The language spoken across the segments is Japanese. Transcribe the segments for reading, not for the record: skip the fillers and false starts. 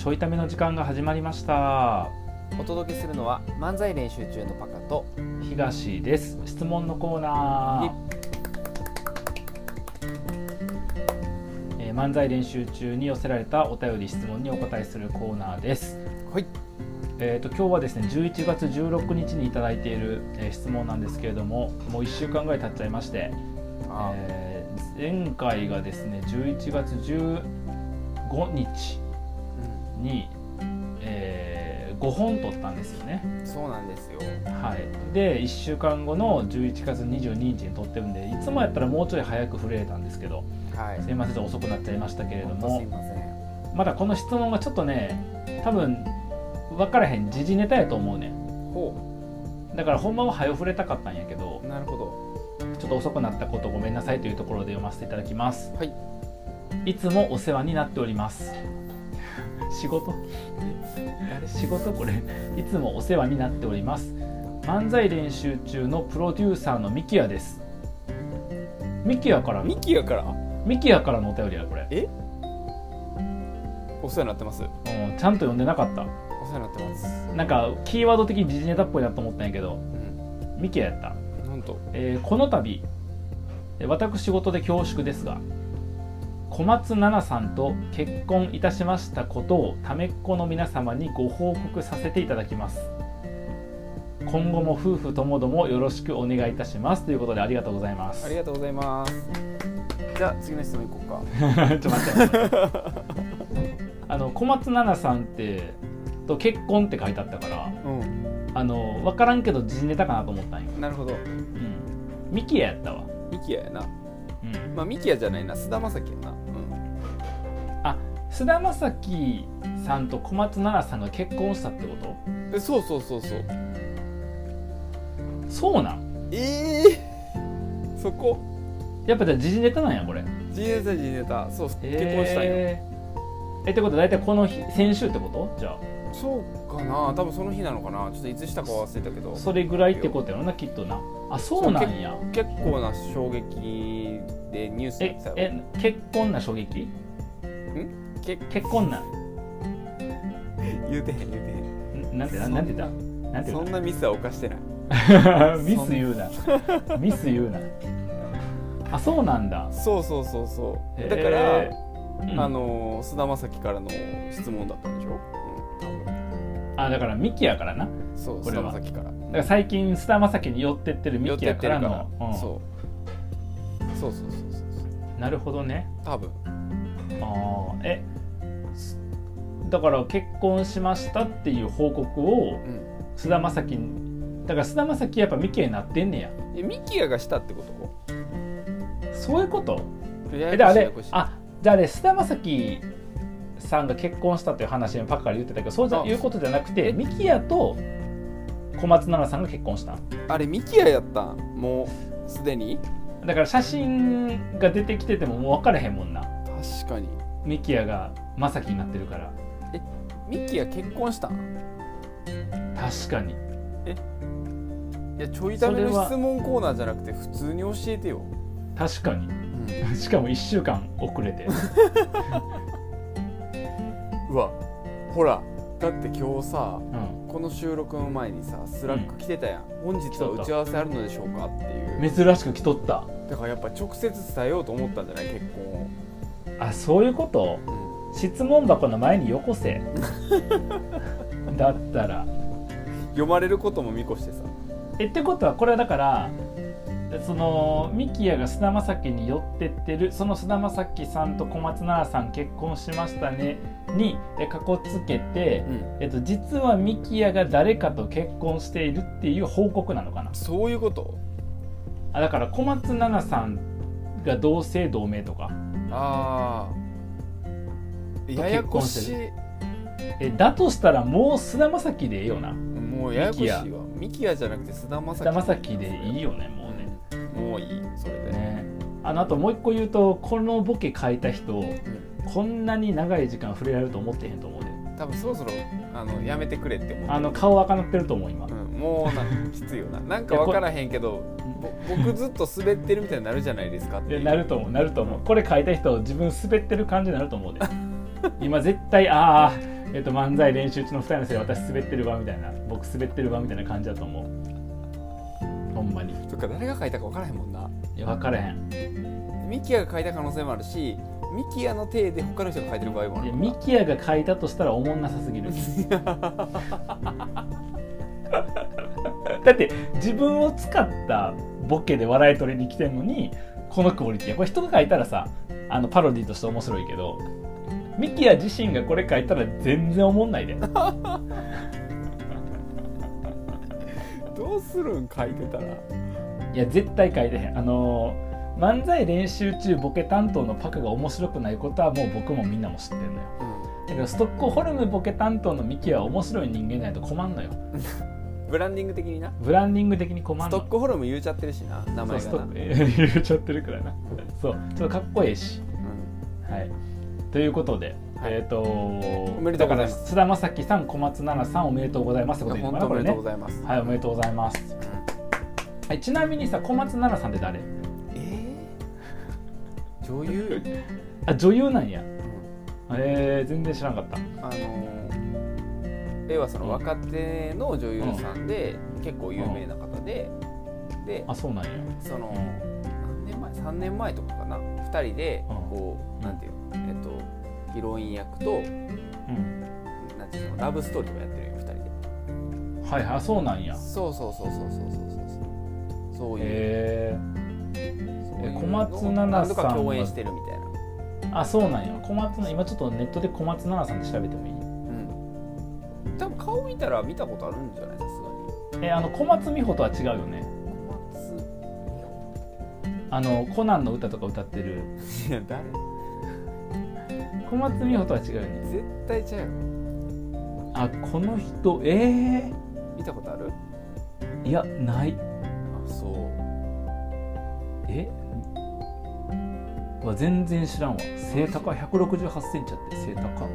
ちょいための時間が始まりました。 お届けするのは漫才練習中のパカと東です。質問のコーナー、漫才練習中に寄せられたお便り質問にお答えするコーナーです。 はい。 今日はですね11月16日にいただいている、質問なんですけれども、もう1週間ぐらい経っちゃいまして、前回がですね11月15日に、5本撮ったんですよね。 そうなんですよ。 はい。で1週間後の11月22日に撮ってるんで、いつもやったらもうちょい早く触れたんですけど、 はい、 すいません遅くなっちゃいましたけれども、 すいません。 まだこの質問がちょっとね多分分からへん時事ネタやと思うね。 ほうだからほんまは早触れたかったんやけど、 なるほど、 ちょっと遅くなったことごめんなさいというところで読ませていただきます。 はい。 いつもお世話になっております。仕事これいつもお世話になっております。漫才練習中のプロデューサーのミキヤです。ミキヤからのお便りやこれ。 お世話になってます。 ちゃんと読んでなかった。 お世話になってます。 なんかキーワード的に時事ネタっぽいなと思ったんやけど、ミキヤやった。 なんと、 この度私事で恐縮ですが、小松菜奈さんと結婚いたしましたことをためっ子の皆様にご報告させていただきます。今後も夫婦ともどもよろしくお願いいたしますということで、ありがとうございます。 ありがとうございます。じゃあ次の質問いこうか。 ちょっと待って小松菜奈さんってと結婚って書いてあったから、分からんけど時事ネタかなと思ったんよ。 なるほど、 ミキヤやったわ。 ミキヤやな。まあミキヤじゃないな、菅田将暉やな。 菅田将暉さんと小松菜奈さんが結婚したってこと？ そう。 そうなん？ そこやっぱじゃあ時事ネタなんやこれ。 時事ネタ。そう、結婚したんよ。 ってことは大体この日先週ってこと？じゃあそうかな、多分その日なのかな、ちょっといつしたか忘れたけど、 それぐらいってことやろなきっとな。そうなんや。 結構な衝撃でニュースになってたよ。 結婚な衝撃？結婚な言うてへん。 なんて言ったそんなミスは犯してない。 ミス言うな。そうなんだ。 そう。だから、菅田将暉からの質問だったんでしょ。 だからミキヤからな。 そう、菅田将暉から。だから最近菅田将暉に寄ってってるミキヤからの。 そう。 なるほどね。 多分。 だから結婚しましたっていう報告を菅田将暉に、だから菅田将暉やっぱミキヤになってんねや。 ミキヤがしたってこと？ そういうこと？じゃああれ菅田将暉さんが結婚したっていう話にパッから言ってたけど、そういうことじゃなくてミキヤと小松菜奈さんが結婚した。 あれミキヤやったん？もうすでに？ だから写真が出てきててももう分からへんもんな。 確かにミキヤが正樹になってるから。 ミキヤ結婚したん？ 確かに。 いや、ちょいための質問コーナーじゃなくて普通に教えてよ。 確かに、しかも1週間遅れてうわ、ほらだって今日さ、この収録の前にさスラック来てたやん、本日は打ち合わせあるのでしょうかっていう。 珍しく来とった。 だからやっぱ直接伝えようと思ったんじゃない、結婚を。 そういうこと、質問箱の前によこせだったら読まれることも見越してさ。 ってことはこれはだからそのミキヤが菅田将暉に寄ってってる、その菅田将暉さんと小松菜奈さん結婚しましたねにかこつけて、実はミキヤが誰かと結婚しているっていう報告なのかな。 そういうこと？ だから小松菜奈さんが同姓同名とか。 ややこしい。 だとしたらもう菅田将暉でいいよな。 もうややこしいわ。ミキヤじゃなくて菅田将暉でいいよね。 もういい、それでね。 あともう一個言うと、このボケ書いた人、こんなに長い時間触れられると思ってへんと思うで。 多分そろそろやめてくれって思ってる。 顔赤なってると思う今。 もうきついよな。なんか分からへんけど僕ずっと滑ってるみたいになるじゃないですかって。 なると思う。これ書いた人自分滑ってる感じになると思うで今絶対漫才練習中の2人のせいで私滑ってるわみたいな、僕滑ってるわみたいな感じだと思う。ほんまに。 そっか、誰が書いたか分からへんもんな。 いや分からへん。 ミキヤが書いた可能性もあるし、ミキヤの体で他の人が書いてる場合もある。 ミキヤが書いたとしたらおもんなさすぎる。だって自分を使ったボケで笑い取りに来てんのにこのクオリティ。これ人が書いたらさ、パロディとして面白いけど、ミキヤ自身がこれ書いたら全然おもんないで。 どうするん、書いてたら。 いや絶対書いてへん。漫才練習中ボケ担当のパクが面白くないことはもう僕もみんなも知ってんのよ。だからストックホルムボケ担当のミキヤは面白い人間じゃないと困んのよ。 ブランディング的にな。 ブランディング的に困んの。 ストックホルム言うちゃってるしな、名前がな。 そう言うちゃってるからな。そう、ちょっとかっこいいし。はい。ということで、 はい、 おめでとうございます。 菅田将暉さん、小松菜奈さん、おめでとうございますってことでいいのかな、これね。 おめでとうございます。 はい、おめでとうございます。はい、ちなみにさ、小松菜奈さんって誰？ 女優。 あ、女優なんや。全然知らなかった。 はその若手の女優さんで、結構有名な方で、 あ、そうなんや。 その何年前、3年前とかかな、2人でこう、なんていうヒロイン役と、なんていうの、ラブストーリーとかやってるよ、2人で。 はいはい、そうなんや。 そういう。 小松菜奈さんが共演してるみたいな。あ、そうなんや。小松菜、今ちょっとネットで小松菜奈さんで調べてもいい？ 多分顔見たら見たことあるんじゃない、さすがに。小松美穂とは違うよね。コナンの歌とか歌ってる。 いや、誰？ 小松美穂とは違うよね。 絶対ちゃうよ。 あ、この人、 見たことある？ いや、ない。 あ、そう。 全然知らんわ。背高168センチあって、背高。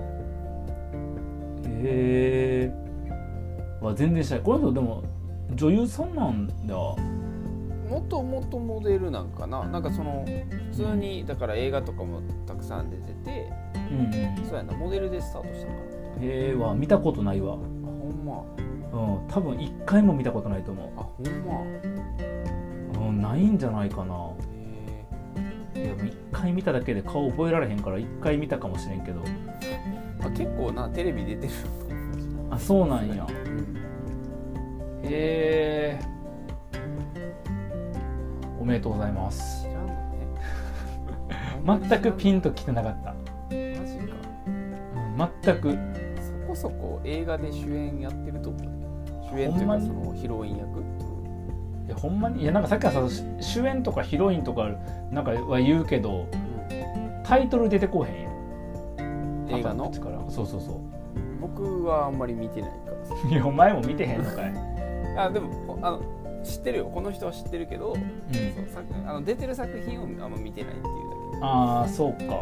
全然知らない。この人でも女優さんなんだ。 もともとモデルなんかな。なんかその普通にだから映画とかもたくさん出てて、そうやな、モデルでスタートしたのかな。 見たことないわ。 ほんま。 多分一回も見たことないと思う。 あ、ほんま。ないんじゃないかな。いや、一回見ただけで顔覚えられへんから一回見たかもしれんけど。 結構な、テレビ出てる。 あ、そうなんや。おめでとうございます。 知らんのね。 全くピンときてなかった。 マジか。 全く。 そこそこ映画で主演やってると思う。主演というかそのヒロイン役。 いや、ほんまに。いや、なんかさっきからさ、主演とかヒロインとかなんかは言うけど、タイトル出てこうへんよ。 映画の。 そう。 僕はあんまり見てないから。 いや、お前も見てへんのかい。 でも知ってるよ、この人は知ってるけど、出てる作品をあんま見てないっていうだけ。 ああ、そうか。 そう。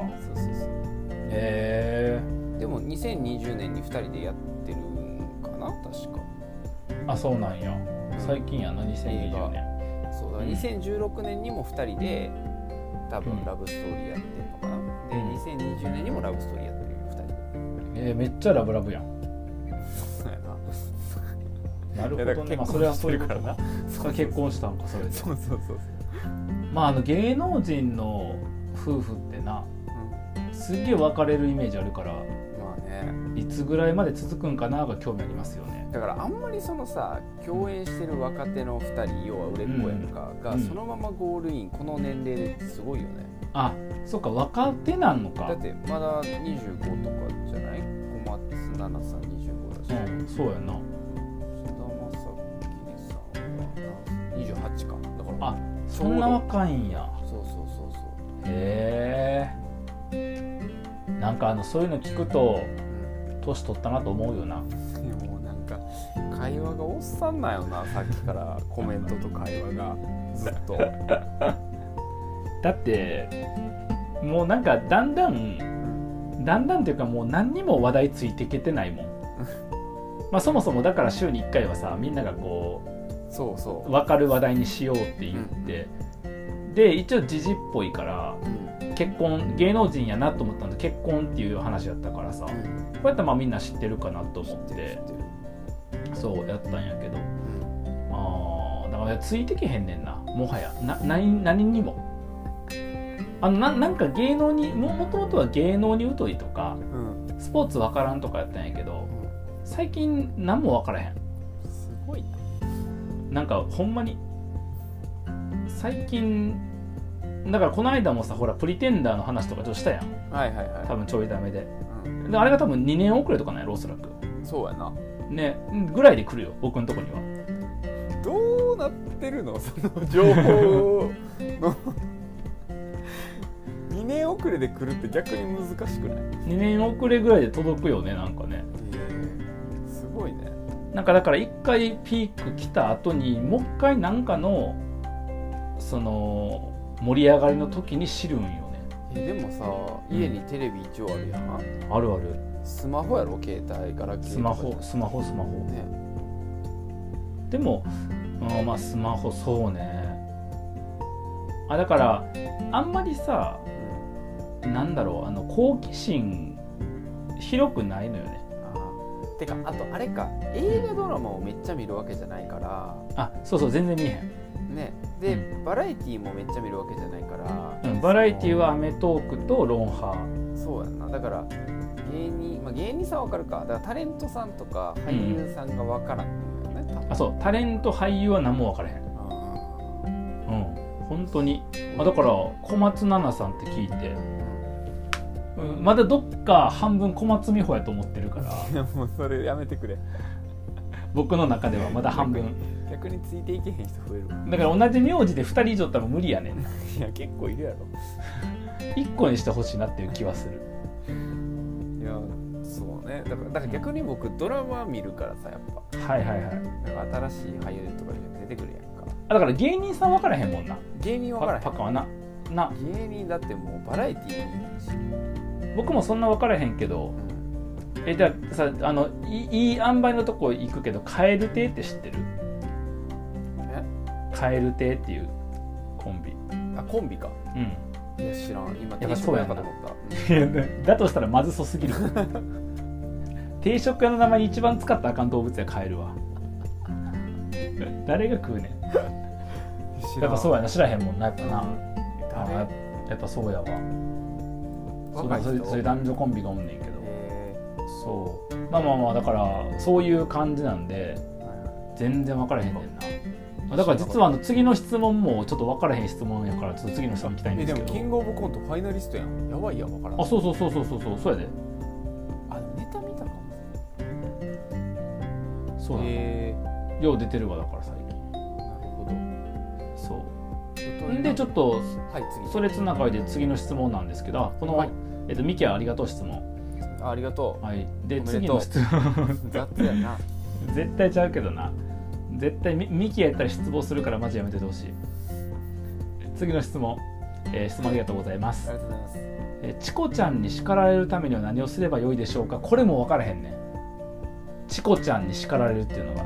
でも2020年に2人でやってるんかな、確か。 あ、そうなんや。最近やな、2020年。 そうだ、2016年にも2人で多分ラブストーリーやってるのかな。で、2020年にもラブストーリーやってるよ、2人で。 めっちゃラブラブやん。 そうやな。 なるほどね。それはそういうことな。結婚したんか、それで。 そう。 芸能人の夫婦ってな、すっげえ別れるイメージあるから、 まあね、 いつぐらいまで続くんかなが興味ありますよね。 だからあんまりそのさ、共演してる若手の2人、要は売れっ子やんかがそのままゴールイン、この年齢ですごいよね。 あ、そっか、若手なんのか。 だってまだ25とかじゃない？小松菜奈さん25だし、 そうやな。 28か。だから、 そんな若いんや。 そう。 へえ。なんかそういうの聞くと年取ったなと思うよな。 もうなんか会話がおっさんなんよな、さっきからコメントと会話がずっと。 だってもうなんかだんだんっていうか、もう何にも話題ついていけてないもん。そもそもだから週に1回はさ、みんながこう分かる話題にしようって言って、で一応時事っぽいから、 結婚芸能人やなと思ったんで結婚っていう話だったからさ、こうやったらまあみんな知ってるかなと思ってそうやったんやけど、だからついてけへんねんな、もはや何にも。なんか芸能にもともとは芸能に疎いとか、スポーツわからんとかやったんやけど、最近何もわからへん。 すごいなんかほんまに最近だからこの間もさ、ほらプリテンダーの話とかちょっとしたやん。多分ちょいダメで、であれが多分2年遅れとかなんやろ、おそらく。 そうやなねぐらいで来るよ、僕のとこには。 どうなってるのその情報の2年遅れで来るって逆に難しくない？ 2 年遅れぐらいで届くよね、なんかね。 すごいね。 なんかだから1回ピーク来た後にもう一回なんかのその盛り上がりの時に知るんよね。 でもさ、家にテレビ一応あるやん。 あるある。 スマホやろ、携帯ガラケー。 スマホね。でも、まあスマホそうね。だからあんまりさ、なんだろう、好奇心広くないのよね。 てかあとあれか、映画ドラマをめっちゃ見るわけじゃないから。 そう全然見えへんね。で、バラエティーもめっちゃ見るわけじゃないから、 バラエティーはアメトークとロンハー。 そうやんな。だから芸人さんわかるか。だからタレントさんとか俳優さんがわからんのよね、 そうタレント俳優は何もわからへん。本当に。だから小松菜奈さんって聞いて、まだどっか半分小松美穂やと思ってるからいやもうそれやめてくれ僕の中ではまだ半分。 逆についていけへん人増える。 だから同じ名字で2人以上多分無理やねん。 いや結構いるやろ。 1個にしてほしいなっていう気はする。 いやそうね。だから逆に僕ドラマ見るからさ、やっぱなんか新しい俳優とか出てくるやんか。 だから芸人さん分からへんもんな。 芸人分からへん。 パカはな芸人だってもうバラエティーにいいし。 僕もそんな分からへんけど、じゃあさ、いい塩梅のとこ行くけど、蛙亭って知ってる？蛙亭っていうコンビ。 コンビか。いや知らん。今定食屋かと思った。 だとしたらまずそすぎる。定食屋の名前に一番使ったらあかん動物やカエルは。誰が食うねん。やっぱそうやな、知らへんもんな、やっぱな。やっぱそうやわ。そういう男女コンビがおんねんけど、そうまあだからそういう感じなんで全然分からへんねんな。だから実は次の質問もちょっと分からへん質問やから、ちょっと次の質問聞きたいんですけど。 でもキングオブコントファイナリストやん。やばいやん、分からん。 そうやで。 ネタ見たかも。 そうなの。よう出てるわ、だから最近。 なるほど。 そうでちょっと、それつながりで次の質問なんですけど、この、ミキはありがとう質問。 ありがとう。 で次の質問雑やな。 絶対ちゃうけどな。絶対ミキやったら失望するからマジやめててほしい。次の質問、質問ありがとうございます。 ありがとうございます。 チコちゃんに叱られるためには何をすればよいでしょうか。これも分からへんねん。チコちゃんに叱られるっていうのが。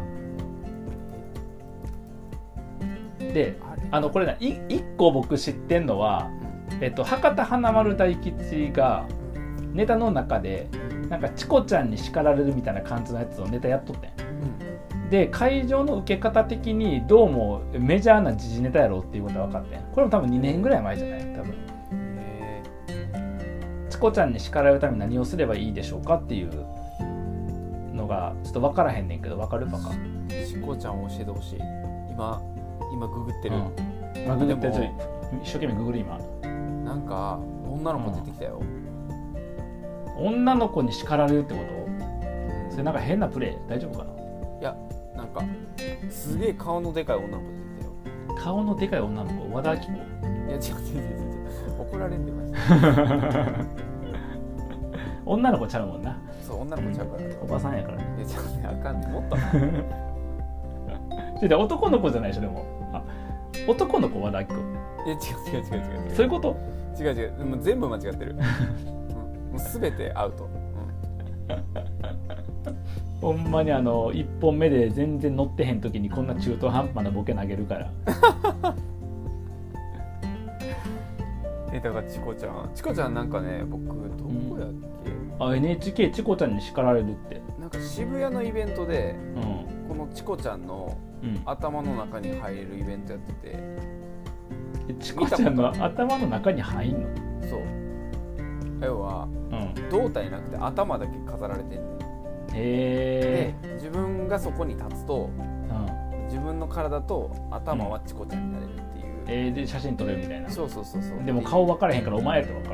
で、これね、1個僕知ってんのは、博多華丸大吉がネタの中でなんかチコちゃんに叱られるみたいな感じのやつをネタやっとってん。で会場の受け方的にどうもメジャーな時事ネタやろうっていうことが分かってん。これも多分2年ぐらい前じゃない多分。チコちゃんに叱られるために何をすればいいでしょうかっていうのがちょっと分からへんねんけど、分かるパカ？ チコちゃんを教えてほしい。今ググってる。 今ググってる。一生懸命ググる今。 なんか女の子出てきたよ。 女の子に叱られるってこと？それなんか変なプレー大丈夫かな？ いや、なんかすげえ顔のでかい女の子出てきたよ。 顔のでかい女の子？和田アキ子？いや違う怒られんでました女の子ちゃうもんな。 そう、女の子ちゃうから、 おばさんやからね。 いや違うね、あかんね、もっとな男の子じゃないでしょ。でも男の子和田アキ子。 いや違うそういうこと？ 違うもう全部間違ってる、もう全てアウト、 ほんまに1本目で全然乗ってへん時にこんな中途半端なボケ投げるからだからチコちゃんなんかね、僕どこやっけ、 NHK チコちゃんに叱られるって。 なんか渋谷のイベントで、このチコちゃんの頭の中に入れるイベントやってて、 チコちゃんの頭の中に入んの？ そう、要は、胴体なくて頭だけ飾られてんねん。で自分がそこに立つと、自分の体と頭はチコちゃんになれるっていう、 で写真撮れるみたいな。 そうでも顔分からへんから、お前やって分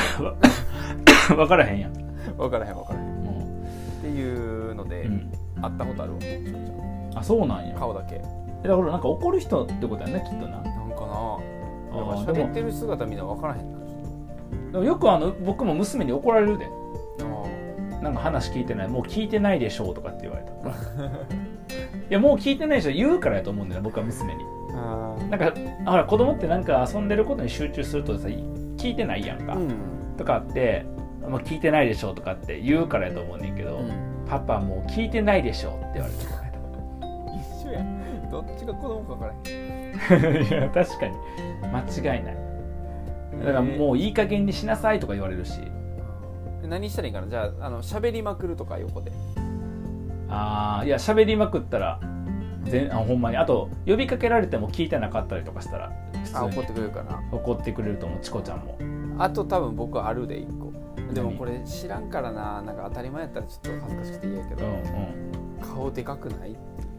からへんやん。 分からへん、っていうので、会ったことあるわ、チコちゃん。 あ、そうなんや。 顔だけ。 だからなんか怒る人ってことやね、きっとな。 なんかな、喋ってる姿みんな分からへんな。 でもよく僕も娘に怒られるで。なんか話聞いてない、もう聞いてないでしょうとかって言われた。いや、もう聞いてないでしょ言うからやと思うんだよ、僕は娘に。なんかほら、子供ってなんか遊んでることに集中するとさ、聞いてないやんか、とかってもう聞いてないでしょとかって言うからやと思うねんけど、パパもう聞いてないでしょって言われた。 一緒やん、どっちが子供か分からへん。 いや、確かに間違いない。だからもういい加減にしなさいとか言われるし。 何したらいいかな、じゃあ喋りまくるとか、横で。 いや、喋りまくったらほんまに、あと呼びかけられても聞いてなかったりとかしたら普通に怒ってくれるかな。 怒ってくれると思う、チコちゃんも。 あと多分僕あるで1個。でもこれ知らんからな、なんか当たり前やったらちょっと恥ずかしくて嫌やけど、顔でかくないっていう。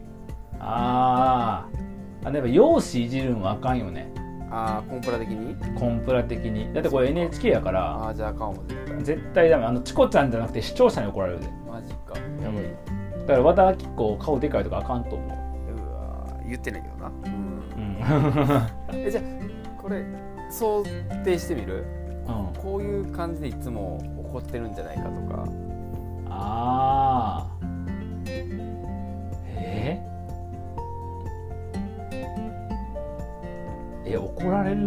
でも容姿いじるんはあかんよね。 コンプラ的に。 だってこれ NHK やから。 じゃああかんわ、 絶対ダメ。チコちゃんじゃなくて視聴者に怒られるで。 マジか。 やばい。だから和田アキ子顔でかいとかあかんと思う。 言ってないけどな。じゃあこれ想定してみる？こういう感じでいつも怒ってるんじゃないかとか。 怒られる？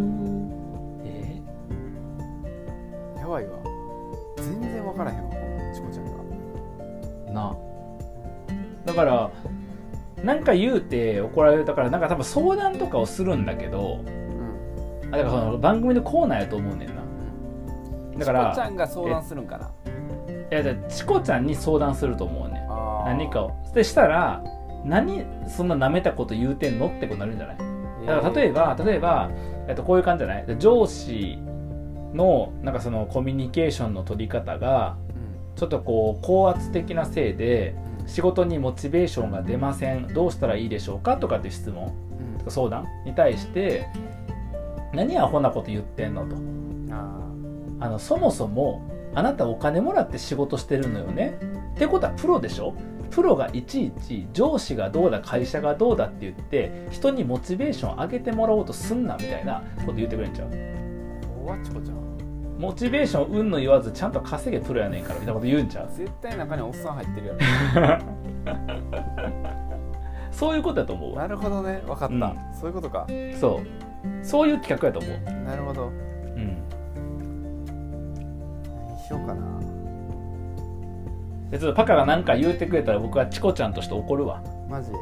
やばいわ。全然分からへんわ、このチコちゃんが。 だからなんか言うて怒られる。だからなんか多分相談とかをするんだけど、だからその番組のコーナーやと思うねんな。だからチコちゃんが相談するんかな。 チコちゃんに相談すると思うね。何かをでしたら、何そんな舐めたこと言うてんのってことになるんじゃない？だから例えば、こういう感じじゃない？上司のなんかそのコミュニケーションの取り方がちょっとこう高圧的なせいで仕事にモチベーションが出ません、どうしたらいいでしょうかとかっていう質問、相談に対して何アホなこと言ってんのと。そもそもあなたお金もらって仕事してるのよねってことはプロでしょ。プロがいちいち上司がどうだ会社がどうだって言って人にモチベーション上げてもらおうとすんなみたいなこと言ってくれんちゃう？ チコちゃんモチベーションうんの言わずちゃんと稼げプロやねんからみたいなこと言うんちゃう？ 絶対中におっさん入ってるやろ。 そういうことだと思う。 なるほどね、分かった、そういうことか。 そういう企画やと思う。 なるほど。何しようかな。 ちょっとパカが何か言うてくれたら僕はチコちゃんとして怒るわ。 マジ？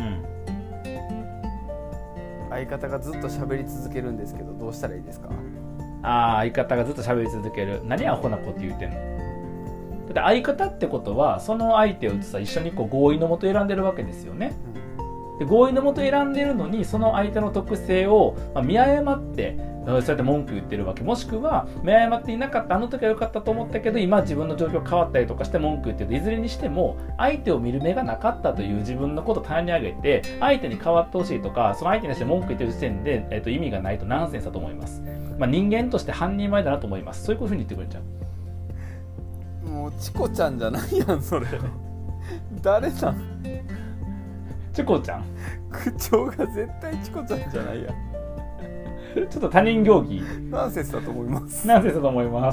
相方がずっと喋り続けるんですけどどうしたらいいですか？ 相方がずっと喋り続ける。何アホなこと言うてんの？だって相方ってことはその相手を一緒にこう合意のもと選んでるわけですよね。で合意のもと選んでるのにその相手の特性を見誤ってそうやって文句言ってるわけ。もしくは見誤っていなかった、あの時は良かったと思ったけど今自分の状況変わったりとかして文句言ってる。いずれにしても相手を見る目がなかったという自分のことを棚に上げて相手に変わってほしいとかその相手にして文句言ってる時点で、意味がないとナンセンスだと思います。人間として半人前だなと思います。そういうふうに言ってくれちゃう。もうチコちゃんじゃないやんそれ。誰なん？ チコちゃん。 口調が絶対チコちゃんじゃないやん。 ちょっと他人行儀。 ナンセンスだと思います。 ナンセンスだと思います。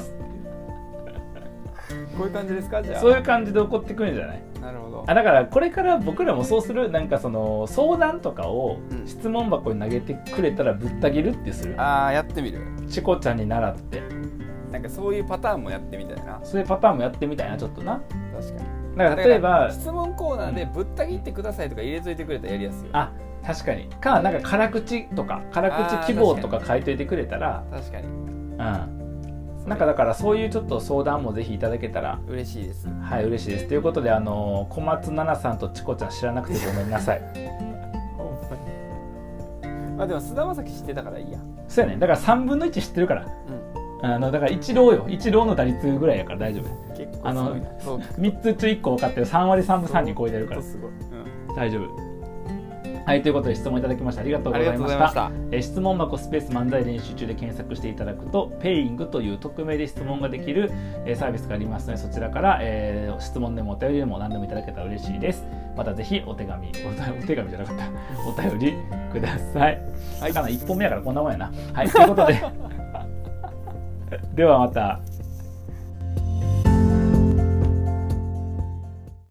こういう感じですか？じゃあそういう感じで怒ってくるんじゃない？ なるほど。 だからこれから僕らもそうする。なんかその相談とかを質問箱に投げてくれたらぶった切るってする。 やってみる。 チコちゃんに習ってなんかそういうパターンもやってみたいな。 そういうパターンもやってみたいな、ちょっとな。 確かに。 だから例えば質問コーナーでぶった切ってくださいとか入れといてくれたらやりやすいよ。 確かに。なんか辛口とか辛口希望とか書いといてくれたら。 確かに。 なんかだからそういうちょっと相談もぜひいただけたら嬉しいです。 はい、嬉しいです。ということで小松菜奈さんとチコちゃん知らなくてごめんなさい。 ほんまに。まあでも菅田将暉知ってたからいいや。 そうやね。だから3分の1知ってるから。だからイチローの打率ぐらいやから大丈夫。 結構すごいな。 3つ中1個分かってる。3割3分3厘超えてるから。 すごい。 大丈夫。はい、ということで質問いただきましてありがとうございました。質問箱スペース漫才練習中で検索していただくとペイングという匿名で質問ができるサービスがありますので、そちらから質問でもお便りでも何でもいただけたら嬉しいです。またぜひお手紙じゃなかったお便りください。はい、1本目やからこんなもんやな。はい、ということでではまた。